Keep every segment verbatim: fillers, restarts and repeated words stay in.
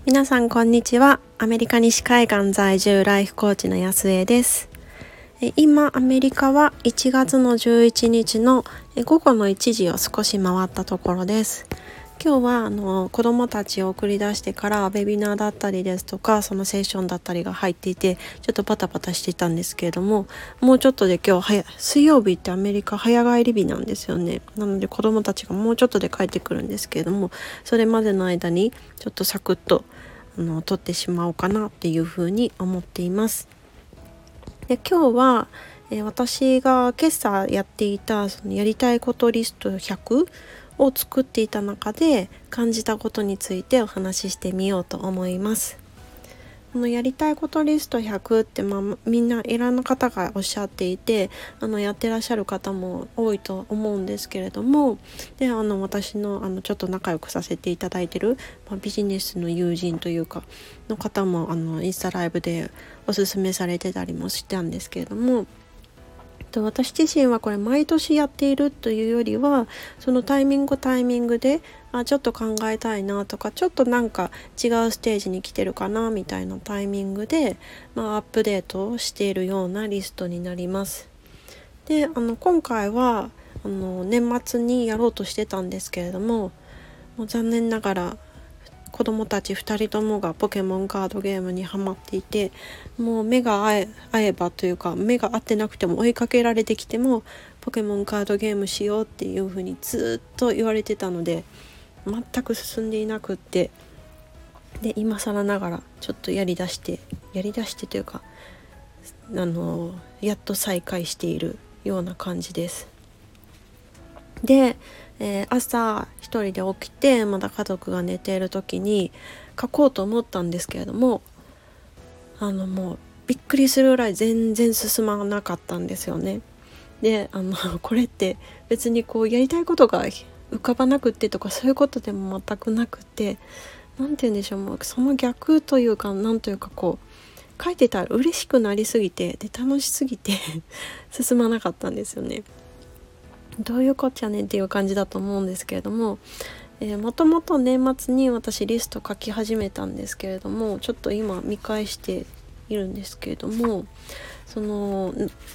皆さんこんにちは。アメリカ西海岸在住ライフコーチの安江です。今アメリカはいちがつのじゅういちにちの午後のいちじを少し回ったところです。今日はあの子どもたちを送り出してからウェビナーだったりですとかそのセッションだったりが入っていてちょっとバタバタしていたんですけれども、もうちょっとで今日早水曜日ってアメリカ早帰り日なんですよね。なので子どもたちがもうちょっとで帰ってくるんですけれども、それまでの間にちょっとサクッとあの撮ってしまおうかなっていうふうに思っています。で今日は、えー、私が今朝やっていたそのやりたいことリストひゃくを作っていた中で感じたことについてお話ししてみようと思います。このやりたいことリストひゃくって、まあ、みんないろんな方がおっしゃっていてあのやってらっしゃる方も多いと思うんですけれども、であの私のあのちょっと仲良くさせていただいてる、まあ、ビジネスの友人というかの方もあのインスタライブでおすすめされてたりもしたんですけれども、私自身はこれ毎年やっているというよりはそのタイミングタイミングであちょっと考えたいなとかちょっとなんか違うステージに来てるかなみたいなタイミングで、まあ、アップデートをしているようなリストになります。であの今回はあの年末にやろうとしてたんですけれども、もう残念ながら子供たちふたりともがポケモンカードゲームにハマっていて、もう目が合え、合えばというか目が合ってなくても追いかけられてきてもポケモンカードゲームしようっていう風にずっと言われてたので全く進んでいなくって、で今更ながらちょっとやりだしてやりだしてというかあのやっと再開しているような感じです。で、えー、朝一人で起きてまだ家族が寝ている時に書こうと思ったんですけれども、あのもうびっくりするぐらい全然進まなかったんですよね。であのこれって別にこうやりたいことが浮かばなくってとかそういうことでも全くなくて、なんて言うんでしょう、もうその逆というかなんというかこう書いてたら嬉しくなりすぎてで楽しすぎて進まなかったんですよね。どういうこっちゃねんっていう感じだと思うんですけれども、えー、もともと年末に私リスト書き始めたんですけれども、ちょっと今見返しているんですけれども、その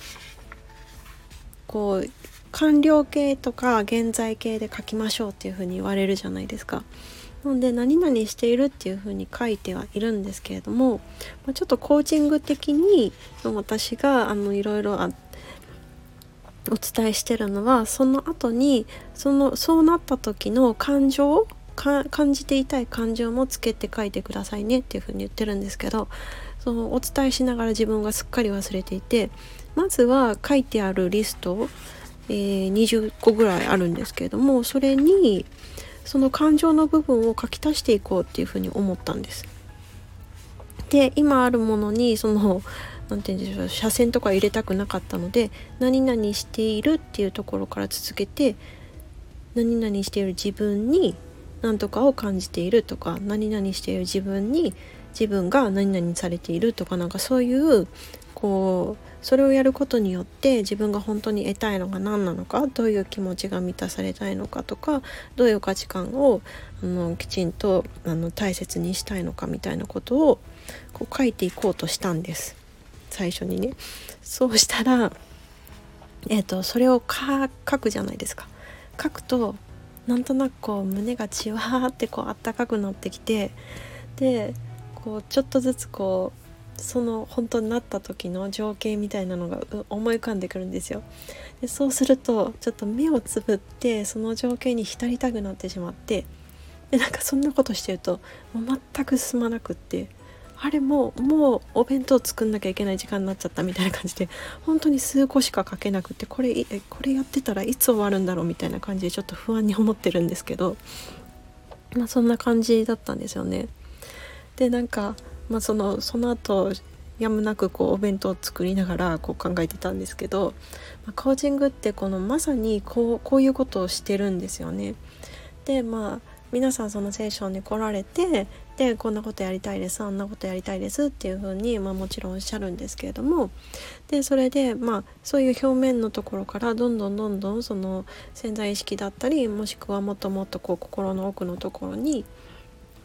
こう完了形とか現在形で書きましょうっていう風に言われるじゃないですか。なので何々しているっていう風に書いてはいるんですけれども、まあ、ちょっとコーチング的に私があのいろいろあお伝えしてるのはその後にそのそうなった時の感情か感じていたい感情もつけて書いてくださいねっていう風に言ってるんですけど、そのお伝えしながら自分がすっかり忘れていて、まずは書いてあるリスト、えー、にじゅっこぐらいあるんですけれども、それにその感情の部分を書き足していこうっていう風に思ったんです。で今あるものにそのなんて言うんでしょう、斜線とか入れたくなかったので何々しているっていうところから続けて、何々している自分に何とかを感じているとか、何々している自分に自分が何々されているとか、なんかそういうこうそれをやることによって自分が本当に得たいのが何なのか、どういう気持ちが満たされたいのかとか、どういう価値観をあのきちんとあの大切にしたいのかみたいなことをこう書いていこうとしたんです、最初にね。そうしたら、えーと、それをか書くじゃないですか。書くとなんとなくこう胸がじわーってこうあったかくなってきて、でこうちょっとずつこうその本当になった時の情景みたいなのが思い浮かんでくるんですよ。でそうするとちょっと目をつぶってその情景に浸りたくなってしまって、でなんかそんなことしてるともう全く進まなくって、あれもうもうお弁当作んなきゃいけない時間になっちゃったみたいな感じで、本当に数個しか書けなくて、これこれやってたらいつ終わるんだろうみたいな感じでちょっと不安に思ってるんですけど、まあそんな感じだったんですよね。でなんか、まあ、そのその後やむなくこうお弁当を作りながらこう考えてたんですけど、まあ、コーチングってこのまさにこう、こういうことをしてるんですよね。でまあ皆さんそのセッションに来られて、でこんなことやりたいです、あんなことやりたいですっていう風に、まあ、もちろんおっしゃるんですけれども、でそれでまあそういう表面のところからどんどんどんどんその潜在意識だったり、もしくはもっともっとこう心の奥のところに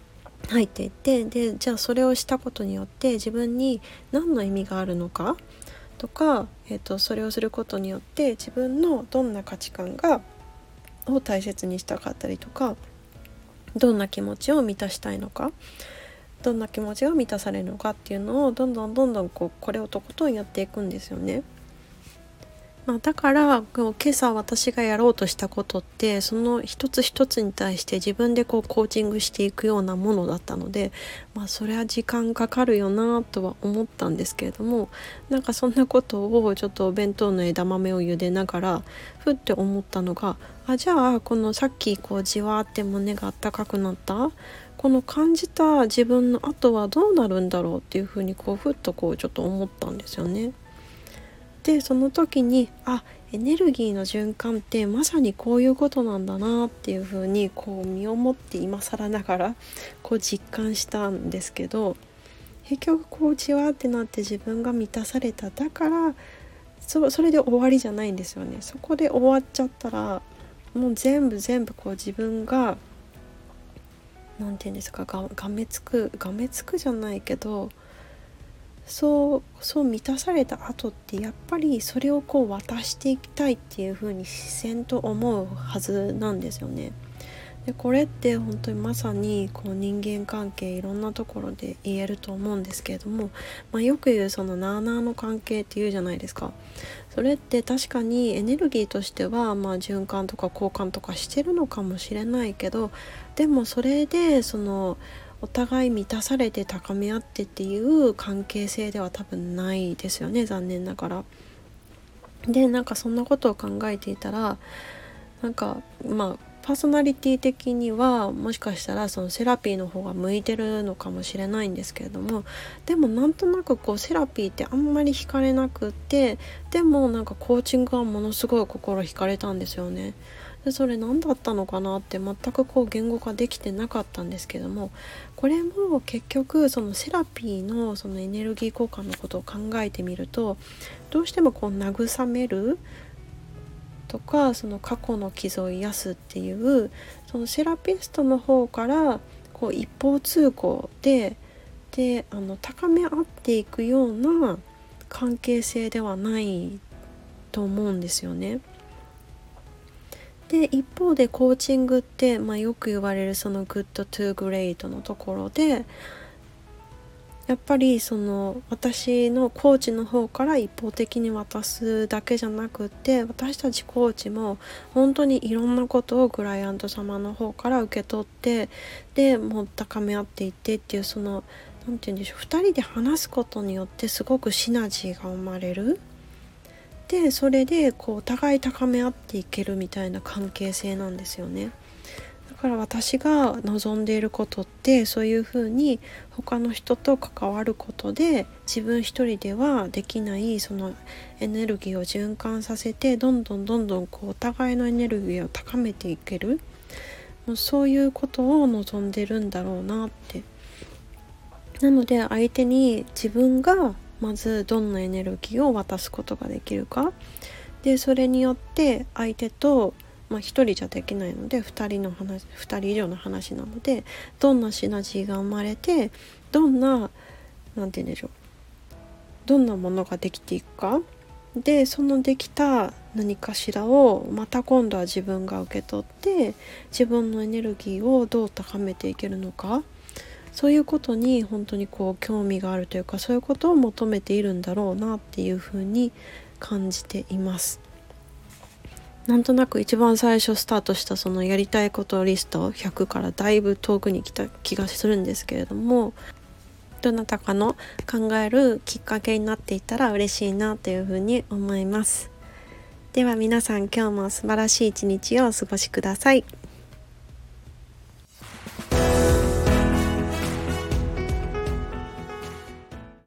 入っていって、でじゃあそれをしたことによって自分に何の意味があるのかとか、えーと、それをすることによって自分のどんな価値観がを大切にしたかったりとか、どんな気持ちを満たしたいのか、どんな気持ちが満たされるのかっていうのをどんどんどんどんこうこれをとことんやっていくんですよね。まあ、だからこう今朝私がやろうとしたことって、その一つ一つに対して自分でこうコーチングしていくようなものだったので、まあそれは時間かかるよなとは思ったんですけれども、なんかそんなことをちょっとお弁当の枝豆を茹でながらふって思ったのが、あじゃあこのさっきこうじわーって胸があったかくなったこの感じた自分の後はどうなるんだろうっていうふうにこうふっとこうちょっと思ったんですよね。でその時にあエネルギーの循環ってまさにこういうことなんだなっていう風にこう身をもって今更ながらこう実感したんですけど、結局こうじわってなって自分が満たされた、だからそ, それで終わりじゃないんですよね。そこで終わっちゃったらもう全部全部こう自分がなんていうんですか、ががめつくがめつくじゃないけど、そうそう満たされた後ってやっぱりそれをこう渡していきたいっていう風に自然と思うはずなんですよね。でこれって本当にまさにこう人間関係いろんなところで言えると思うんですけれども、まあ、よく言うそのなあなあの関係っていうじゃないですか。それって確かにエネルギーとしてはまあ循環とか交換とかしてるのかもしれないけど、でもそれでそのお互い満たされて高め合ってっていう関係性では多分ないですよね、残念ながら。でなんかそんなことを考えていたら、なんかまあパーソナリティ的にはもしかしたらそのセラピーの方が向いてるのかもしれないんですけれども、でもなんとなくこうセラピーってあんまり惹かれなくって、でもなんかコーチングはものすごい心惹かれたんですよね。でそれ何だったのかなって全くこう言語化できてなかったんですけども、これも結局そのセラピーのそのエネルギー交換のことを考えてみると、どうしてもこう慰めるとかその過去の傷を癒すっていうそのセラピストの方からこう一方通行でであの高め合っていくような関係性ではないと思うんですよね。で一方でコーチングって、まあ、よく言われるそのグッドトゥーグレートのところで、やっぱりその私のコーチの方から一方的に渡すだけじゃなくって、私たちコーチも本当にいろんなことをクライアント様の方から受け取って、でもう高め合っていってっていう、そのなんて言うんでしょう、ふたりで話すことによってすごくシナジーが生まれる。でそれでこうお互い高め合っていけるみたいな関係性なんですよね。だから私が望んでいることってそういうふうに他の人と関わることで、自分一人ではできないそのエネルギーを循環させて、どんどんどんどんこうお互いのエネルギーを高めていける、もうそういうことを望んでるんだろうなって。なので相手に自分がまずどんなエネルギーを渡すことができるかで、それによって相手とまあ、ひとりじゃできないのでふたりの話ふたり以上の話なので、どんなシナジーが生まれて、どんななんて言うんでしょう、どんなものができていくかで、そのできた何かしらをまた今度は自分が受け取って自分のエネルギーをどう高めていけるのか、そういうことに本当にこう興味があるというか、そういうことを求めているんだろうなっていうふうに感じています。なんとなく一番最初スタートしたそのやりたいことリストひゃくからだいぶ遠くに来た気がするんですけれども、どなたかの考えるきっかけになっていたら嬉しいなというふうに思います。では皆さん、今日も素晴らしい一日をお過ごしください。